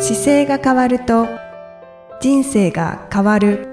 姿勢が変わると人生が変わる。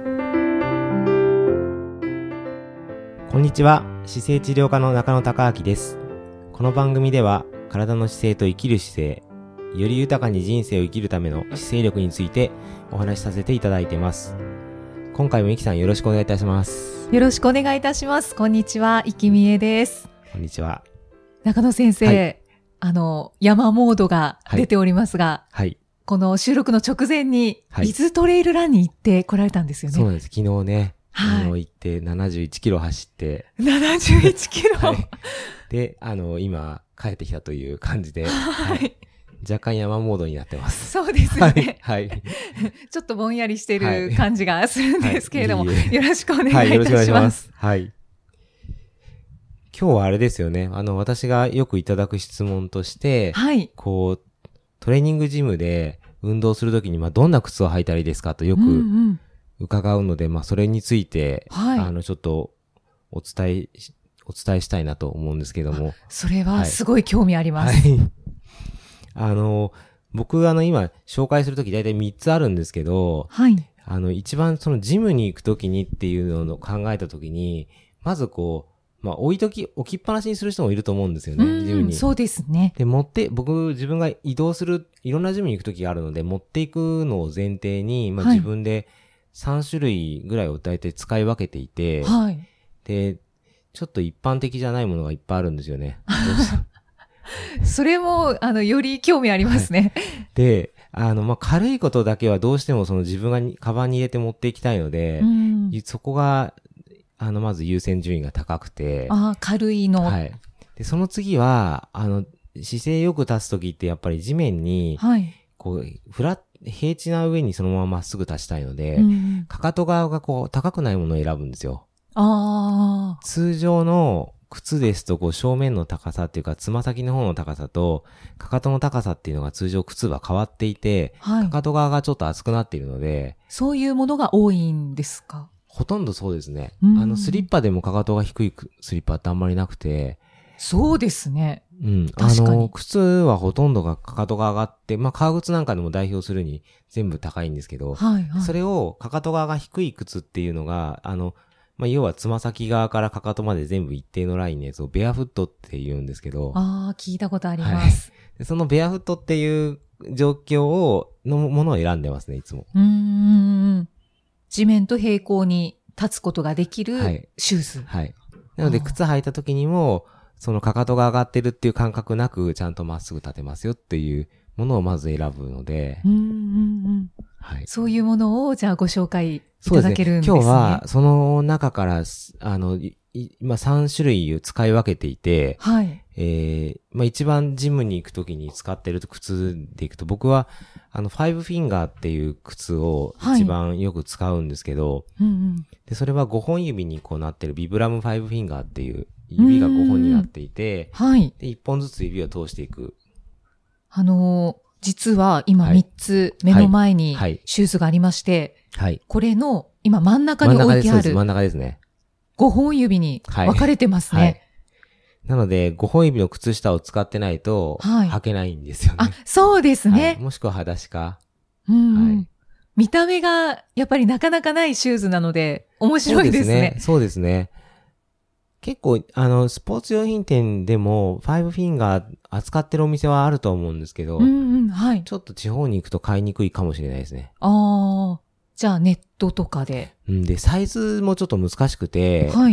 こんにちは。姿勢治療科の中野孝明です。この番組では体の姿勢と生きる姿勢、より豊かに人生を生きるための姿勢力についてお話しさせていただいています。今回もいきさんよろしくお願いいたします。 よろしくお願いいたします。こんにちは、いきみえです。 こんにちは。 中野先生、はい、山モードが出ておりますが、 はい。 この収録の直前に、伊豆トレイルランに行って来られたんですよね。 そうなんです。昨日ね、 はい、 行って71キロ走って。 71キロ、 はい、で、今帰ってきたという感じで、 はい、 若干山モードになってます。 そうですよね。 はい。 ちょっとぼんやりしてる感じがするんですけれども、よろしくお願いいたします。 はい、よろしくお願いします。はい。今日はあれですよね。私がよくいただく質問として、 はい。 トレーニングジムで運動するときに、どんな靴を履いたらいいですかとよく伺うので、それについて、はい、ちょっとお伝えしたいなと思うんですけども。 それはすごい興味あります。 はい。僕今紹介するとき大体3つあるんですけど、 はい。 一番そのジムに行くときにっていうのを考えたときに、まず置きっぱなしにする人もいると思うんですよね、ジムに。 そうですね。 で、自分が移動する、いろんなジムに行くときがあるので、持っていくのを前提に、自分で3種類ぐらいを大体使い分けていて、 はい。 で、ちょっと一般的じゃないものがいっぱいあるんですよね。 それも、より興味ありますね。 はい、で、軽いことだけはどうしても自分がカバンに入れて持っていきたいので、そこが、まず優先順位が高くて。 軽いの。 はい。で、その次は、姿勢よく立つときってやっぱり地面に、はい。平地な上にそのまままっすぐ立ちたいので、かかと側が高くないものを選ぶんですよ。通常の靴ですと正面の高さっていうか、つま先の方の高さと、かかとの高さっていうのが通常靴は変わっていて、はい。かかと側がちょっと厚くなっているので。 そういうものが多いんですか？ ほとんどそうですね。スリッパでもかかとが低いスリッパってあんまりなくて。 そうですね。 確かに。靴はほとんどがかかとが上がって、革靴なんかでも代表するに全部高いんですけど、はいはい、それをかかと側が低い靴っていうのが、要はつま先側からかかとまで全部一定のラインのやつをベアフットって言うんですけど。 聞いたことあります。 はい、そのベアフットっていう状況のものを選んでますね、いつも。 地面と平行に立つことができるシューズ。 はい。なので、靴履いた時にも、そのかかとが上がってるっていう感覚なく、ちゃんとまっすぐ立てますよっていうものをまず選ぶので。 はい。そういうものを、じゃあご紹介いただけるんですね。 今日は、その中から、今3種類使い分けていて、はい。一番ジムに行くときに使ってる靴でいくと、僕は、ファイブフィンガーっていう靴を一番よく使うんですけど、で、それは5本指になってるビブラムファイブフィンガーっていう指が5本になっていて、はい。で、1本ずつ指を通していく。 実は今3つ目の前にシューズがありまして、はい。これの今真ん中に置いてある。 真ん中ですね。 5本指に分かれてますね。はい。 なので、5本指の靴下を使ってないと、履けないんですよね。 そうですね。 はい、もしくは裸足か。 はい。見た目が、やっぱりなかなかないシューズなので、面白いですね。 そうですね。結構、スポーツ用品店でも、ファイブフィンガー扱ってるお店はあると思うんですけど、はい。ちょっと地方に行くと買いにくいかもしれないですね。 じゃあネットとかで。 で、サイズもちょっと難しくて、はい。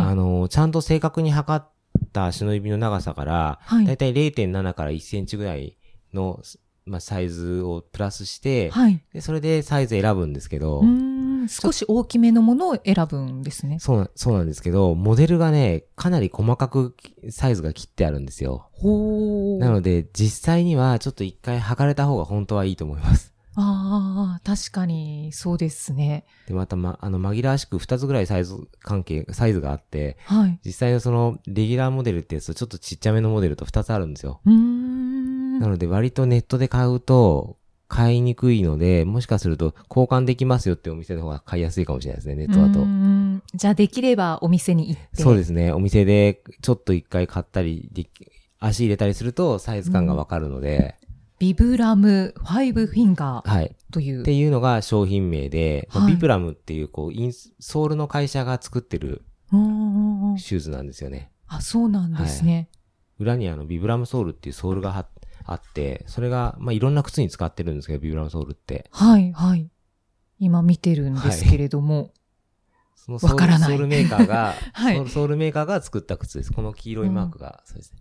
ちゃんと正確に測った足の指の長さから、はい。だいたい 0.7 から1センチぐらいの、サイズをプラスして、はい。で、それでサイズ選ぶんですけど、 少し大きめのものを選ぶんですね。 そうなんですけど、モデルがね、かなり細かくサイズが切ってあるんですよ。なので、実際にはちょっと一回測れた方が本当はいいと思います。 確かに、そうですね。 で、また紛らわしく2つぐらいサイズがあって、はい。実際のその、レギュラーモデルってやつとちょっとちっちゃめのモデルと2つあるんですよ。なので、割とネットで買うと、買いにくいので、もしかすると交換できますよってお店の方が買いやすいかもしれないですね、ネットだと。 じゃあできればお店に行って。 そうですね。お店でちょっと一回買ったり、足入れたりするとサイズ感がわかるので。 ビブラム5フィンガーという。 っていうのが商品名で、ビブラムっていうソールの会社が作ってるシューズなんですよね。 あ、そうなんですね。 裏にビブラムソールっていうソールがあって、それが、いろんな靴に使ってるんですけど、ビブラムソールって。 はい、はい。今見てるんですけれども。 そのソールメーカーが、ソールメーカーが作った靴です。この黄色いマークが、そうですね。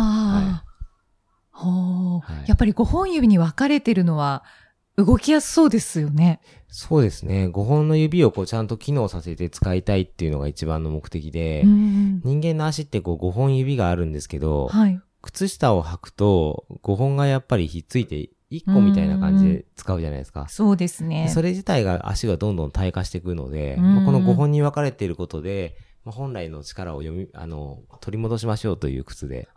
やっぱり5本指に分かれてるのは動きやすそうですよね。 そうですね。5本の指をちゃんと機能させて使いたいっていうのが一番の目的で、人間の足って5本指があるんですけど、靴下を履くと5本がやっぱりひっついて1個みたいな感じで使うじゃないですか。 そうですね。 それ自体が足がどんどん退化していくので、この5本に分かれていることで、本来の力を取り戻しましょうという靴で。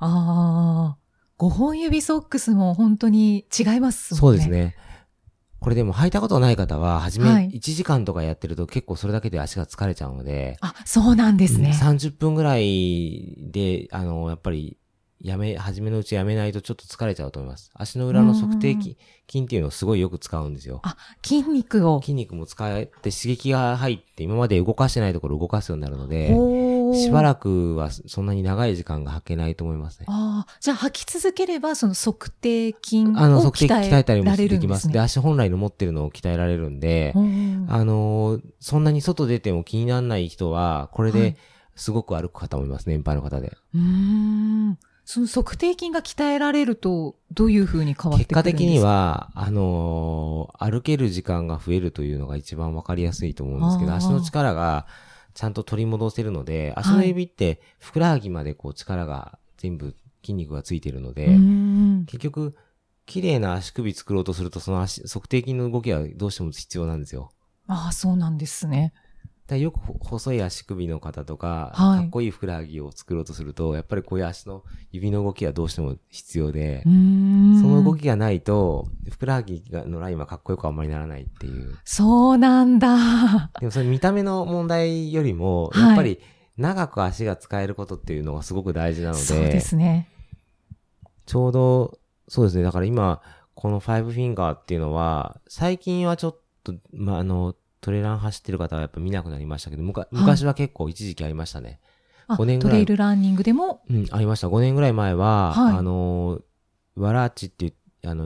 5本指ソックスも本当に違いますもんね。 そうですね。これでも履いたことない方は、初め1時間とかやってると結構それだけで足が疲れちゃうので。 あ、そうなんですね。 30分ぐらいで、やっぱり、初めのうちやめないとちょっと疲れちゃうと思います。足の裏の測定筋っていうのをすごいよく使うんですよ。 あ、筋肉も使って刺激が入って今まで動かしてないところを動かすようになるので、しばらくはそんなに長い時間が履けないと思いますね。 じゃあ履き続ければその測定筋を鍛えたりもできます。 で、足本来の持ってるのを鍛えられるんで、そんなに外出ても気にならない人は、これですごく歩く方もいます、年配の方で。 その測定筋が鍛えられると、どういう風に変わってくるんですか？ 結果的には、歩ける時間が増えるというのが一番わかりやすいと思うんですけど、足の力がちゃんと取り戻せるので、足の指ってふくらはぎまで力が全部筋肉がついているので、結局、綺麗な足首作ろうとすると、その測定筋の動きはどうしても必要なんですよ。 そうなんですね。 よく細い足首の方とか、かっこいいふくらはぎを作ろうとすると、やっぱりこういう足の指の動きはどうしても必要で、その動きがないと、ふくらはぎのラインはかっこよくあんまりならないっていう。 そうなんだ。 でもそれ見た目の問題よりも、やっぱり長く足が使えることっていうのがすごく大事なので、 そうですね。 ちょうど、そうですね。だから今、この5フィンガーっていうのは、最近はちょっと、トレラン走ってる方はやっぱ見なくなりましたけど、昔は結構一時期ありましたね。 5年ぐらい。トレイルランニングでもありました。5年ぐらい前は、ワラーチっていう、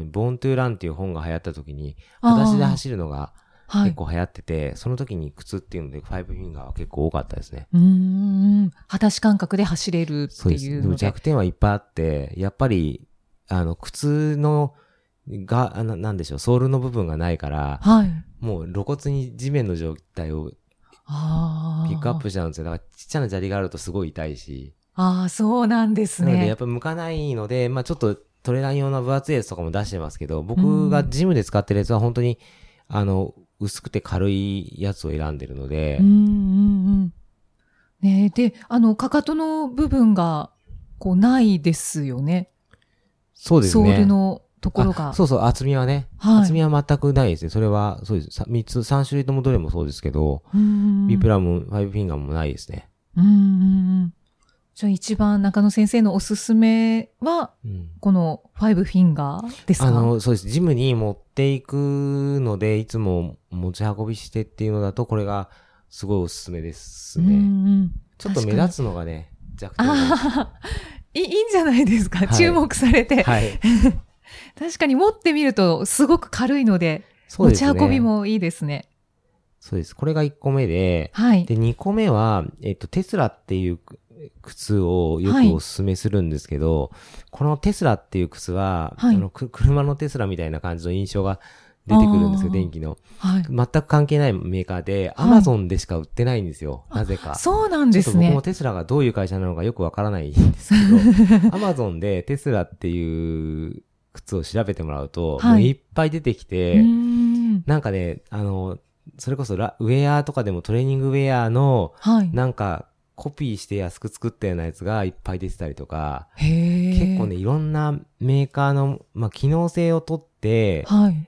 ボーントゥーランっていう本が流行った時に、裸足で走るのが結構流行ってて、その時に靴っていうので、5フィンガーは結構多かったですね。 裸足感覚で走れるっていうので。そうです。 でも弱点はいっぱいあって、やっぱり、靴の、なんでしょう、ソールの部分がないから、もう露骨に地面の状態をピックアップしちゃうんですよ。だからちっちゃな砂利があるとすごい痛いし。 そうなんですね。 なのでやっぱ向かないので、ちょっとトレラン用の分厚いやつとかも出してますけど、僕がジムで使ってるやつは本当に、薄くて軽いやつを選んでるので。 で、かかとの部分が、ないですよね。 そうですね。 ソールのところが。 そうそう、厚みはね。厚みは全くないですね。それは、そうです。3種類ともどれもそうですけど、ビプラム、5フィンガーもないですね。 じゃあ一番中野先生のおすすめは、この5フィンガーですか？ そうです。ジムに持っていくので、いつも持ち運びしてっていうのだと、これがすごいおすすめですね。ちょっと目立つのがね、弱点が。 いいんじゃないですか、注目されて。確かに持ってみるとすごく軽いので、持ち運びもいいですね。 そうです。これが1個目で、で、2個目は、テスラっていう靴をよくおすすめするんですけど、このテスラっていう靴は、車のテスラみたいな感じの印象が出てくるんですよ、電気の。全く関係ないメーカーで、アマゾンでしか売ってないんですよ、なぜか。 そうなんですね。 ちょっと僕もテスラがどういう会社なのかよくわからないんですけど、アマゾンでテスラっていう靴を調べてもらうと、もういっぱい出てきて、なんかね、それこそウェアとかでもトレーニングウェアの、なんかコピーして安く作ったようなやつがいっぱい出てたりとか、結構ね、いろんなメーカーの、機能性をとって、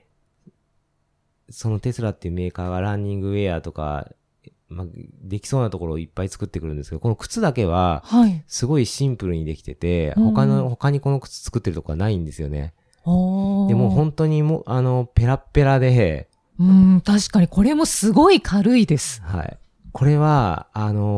そのテスラっていうメーカーがランニングウェアとか、できそうなところをいっぱい作ってくるんですけど、この靴だけは、すごいシンプルにできてて、他にこの靴作ってるとこはないんですよね。 でも本当にペラッペラで、 確かにこれもすごい軽いです。 はい。これは、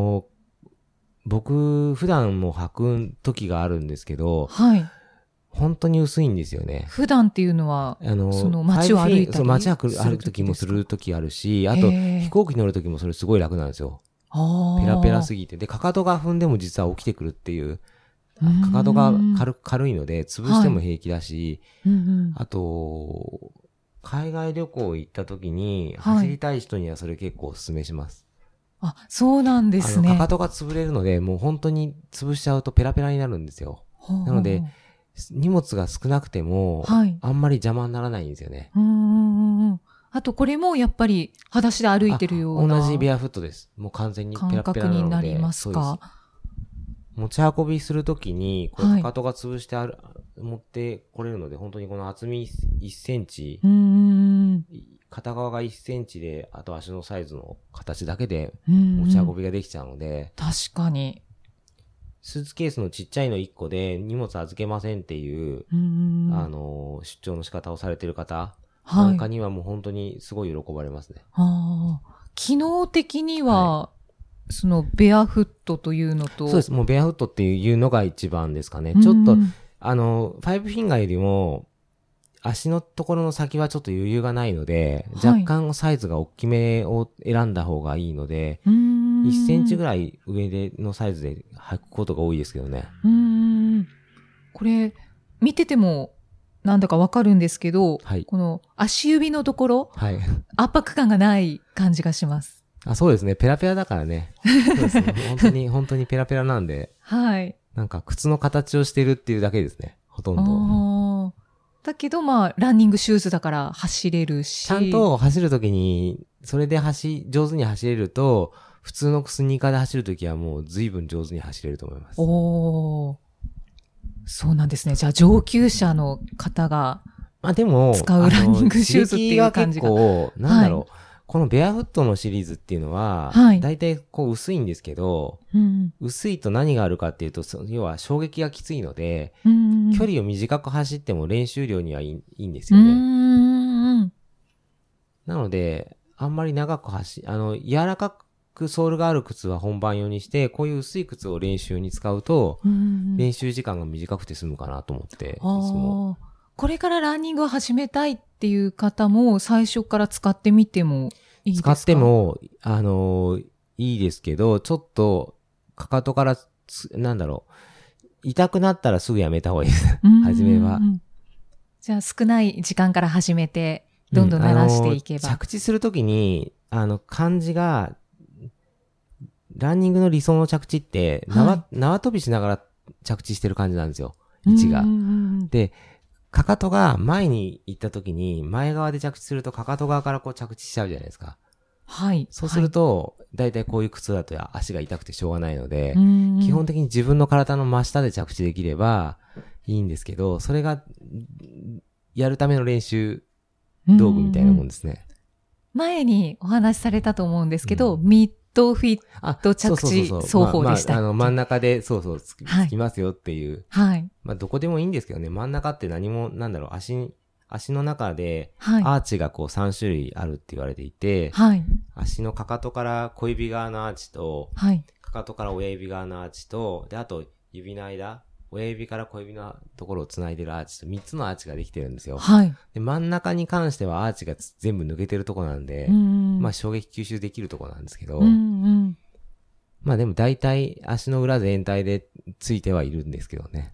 僕、普段も履く時があるんですけど、 はい。 本当に薄いんですよね。 普段っていうのは、その街を歩いたりそう、街歩く時もする時あるし、あと飛行機乗る時もそれすごい楽なんですよ。ペラペラすぎて。で、かかとが踏んでも実は起きてくるっていう、かかとが軽いので、潰しても平気だし、あと、海外旅行行った時に、走りたい人にはそれ結構お勧めします。 あ、そうなんですね。 かかとが潰れるので、もう本当に潰しちゃうとペラペラになるんですよ。なので、荷物が少なくても、あんまり邪魔にならないんですよね。 あとこれもやっぱり裸足で歩いてるような。 同じベアフットです。もう完全にペラペラなので。 感覚になりますか。 持ち運びするときに、これかかとが潰して持ってこれるので、本当にこの厚み1センチ、片側が1センチで、あと足のサイズの形だけで持ち運びができちゃうので、 確かに。 スーツケースのちっちゃいの1個で荷物預けませんっていう、出張の仕方をされている方なんかにはもう本当にすごい喜ばれますね。 機能的には、そのベアフットというのと。 そうです。もうベアフットっていうのが一番ですかね。ちょっと、ファイブフィンガーよりも、足のところの先はちょっと余裕がないので、若干サイズが大きめを選んだ方がいいので、1センチぐらい上のサイズで履くことが多いですけどね。 これ、見てても、なんだかわかるんですけど、この足指のところ、圧迫感がない感じがします。 そうですね。ペラペラだからね。そうですね。本当にペラペラなんで。なんか靴の形をしてるっていうだけですね。ほとんど。 だけどランニングシューズだから走れるし。 ちゃんと走るときに、それで上手に走れると、普通のスニーカーで走るときはもう随分上手に走れると思います。 そうなんですね。じゃあ上級者の方がでも使うランニングシューズっていう感じが。 なんだろう。このベアフットのシリーズっていうのは、だいたいこう薄いんですけど、薄いと何があるかっていうと、要は衝撃がきついので、距離を短く走っても練習量にはいいんですよね。なので、あんまり長く柔らかくソールがある靴は本番用にして、こういう薄い靴を練習に使うと、練習時間が短くて済むかなと思って、いつも。 これからランニングを始めたいっていう方も最初から使ってみてもいいですか？ 使っても、いいですけど、ちょっと、かかとから、痛くなったらすぐやめた方がいいです。初めは。 じゃあ少ない時間から始めて、どんどん慣らしていけば。 着地するときに、感じが、ランニングの理想の着地って、縄跳びしながら着地してる感じなんですよ。位置が。で、かかとが前に行った時に、前側で着地するとかかと側からこう着地しちゃうじゃないですか。そうすると、だいたいこういう靴だと足が痛くてしょうがないので、基本的に自分の体の真下で着地できればいいんですけど、それが、やるための練習道具みたいなもんですね。 前にお話しされたと思うんですけど、ミッドフィット着地走法でした。 真ん中で、つきますよっていう。どこでもいいんですけどね、真ん中って何も、足の中で、アーチがこう3種類あるって言われていて、足のかかとから小指側のアーチと、かかとから親指側のアーチと、で、あと指の間、親指から小指のところを繋いでるアーチと3つのアーチができてるんですよ。で、真ん中に関してはアーチが全部抜けてるとこなんで、衝撃吸収できるとこなんですけど、でも大体足の裏全体でついてはいるんですけどね。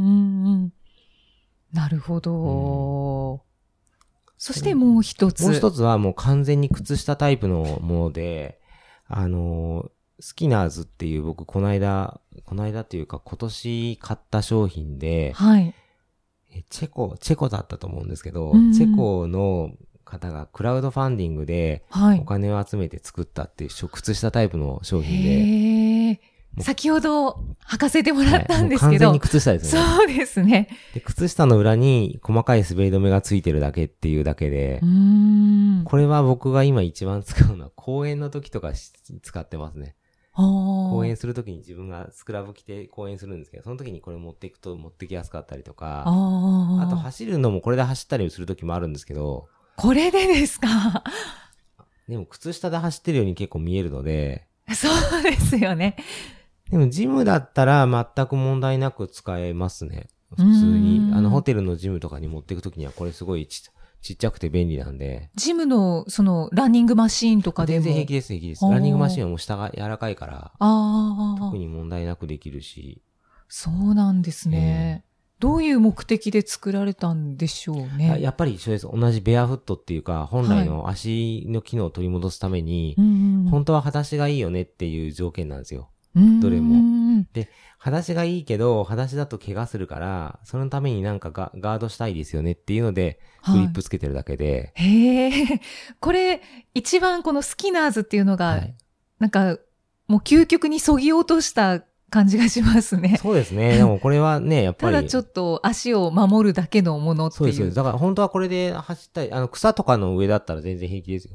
なるほど。そしてもう一つ。 もう一つはもう完全に靴下タイプのもので、スキナーズっていう僕この間っていうか今年買った商品で、チェコだったと思うんですけど、チェコの方がクラウドファンディングでお金を集めて作ったっていう靴下タイプの商品で、 先ほど履かせてもらったんですけど、 完全に靴下ですね。 そうですね。 で、靴下の裏に細かい滑り止めがついてるだけっていうだけで、これは僕が今一番使うのは公園の時とか使ってますね。 講演するときに自分がスクラブ着て講演するんですけど、その時にこれ持っていくと持ってきやすかったりとか、あと走るのもこれで走ったりする時もあるんですけど。 これでですか？ でも靴下で走ってるように結構見えるので。 そうですよね。 でもジムだったら全く問題なく使えますね。普通に。ホテルのジムとかに持っていくときにはこれすごいちっちゃくて便利なんで。 ジムの、ランニングマシーンとかでも。 全然平気です、平気です。ランニングマシーンはもう下が柔らかいから。特に問題なくできるし。 そうなんですね。どういう目的で作られたんでしょうね。 やっぱり一緒です。同じベアフットっていうか、本来の足の機能を取り戻すために、本当は裸足がいいよねっていう条件なんですよ。どれも。で、裸足がいいけど、裸足だと怪我するから、そのためになんかガードしたいですよねっていうので、グリップつけてるだけで。 へえ。これ、一番このスキナーズっていうのが、なんか、もう究極に削ぎ落とした感じがしますね。 そうですね。でもこれはね、やっぱり。 ただちょっと足を守るだけのものっていう。 そうです。だから本当はこれで走ったり、草とかの上だったら全然平気ですよ。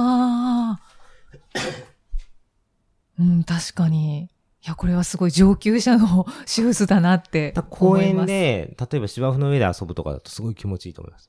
確かに。いや、これはすごい上級者のシューズだなって思います。 公園で、例えば芝生の上で遊ぶとかだとすごい気持ちいいと思います。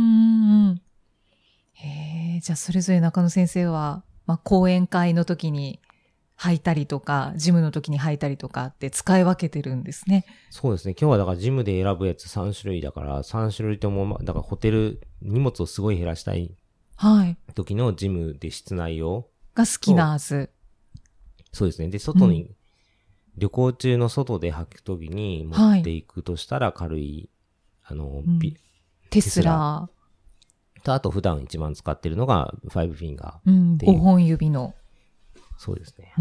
じゃあそれぞれ中野先生は、講演会の時に履いたりとか、ジムの時に履いたりとかって使い分けてるんですね。 そうですね。今日はだからジムで選ぶやつ3種類だから、3種類とも、だからホテル、荷物をすごい減らしたい。時のジムで室内用。 がスキナーズ。 そうですね。で、外に、旅行中の外で履くときに持っていくとしたら軽い、 テスラと、あと普段一番使ってるのが5フィンガーっていう。 5本指の。 そうですね。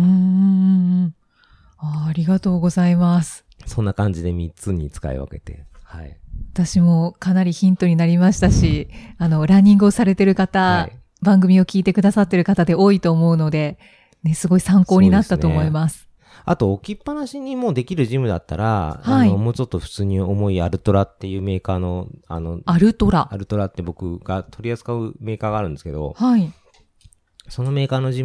ありがとうございます。 そんな感じで3つに使い分けて。はい。 私もかなりヒントになりましたし、ランニングをされてる方、番組を聞いてくださってる方で多いと思うので、ね、すごい参考になったと思います。 あと、置きっぱなしにもできるジムだったら、もうちょっと普通に重いアルトラっていうメーカーの、 アルトラって僕が取り扱うメーカーがあるんですけど、そのメーカーのジ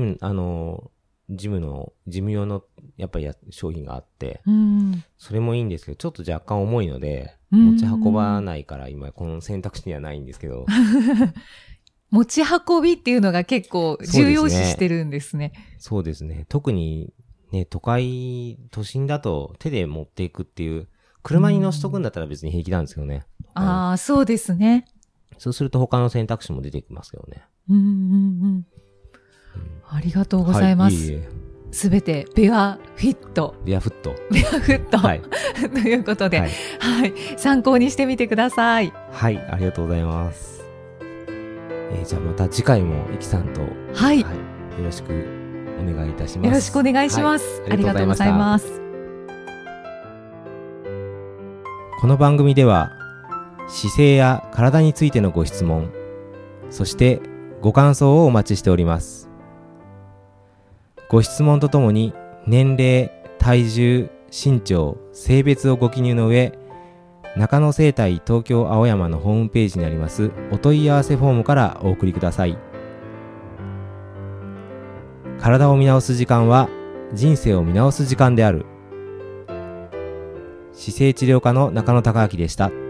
ム用の、やっぱり商品があって、それもいいんですけど、ちょっと若干重いので、持ち運ばないから今この選択肢にはないんですけど。 持ち運びっていうのが結構重要視してるんですね。 そうですね。特にね、都心だと手で持っていくっていう、車に乗せとくんだったら別に平気なんですけどね。 そうですね。 そうすると他の選択肢も出てきますけどね。 ありがとうございます。すべてベアフィット。 ベアフット。 ということで、参考にしてみてください。 はい、ありがとうございます。じゃあまた次回もイキさんと、よろしくお願いいたします。 よろしくお願いします。ありがとうございます。 この番組では姿勢や体についてのご質問、そしてご感想をお待ちしております。ご質問とともに年齢、体重、身長、性別をご記入の上、中野生態東京青山のホームページにありますお問い合わせフォームからお送りください。体を見直す時間は人生を見直す時間である。姿勢治療科の中野孝明でした。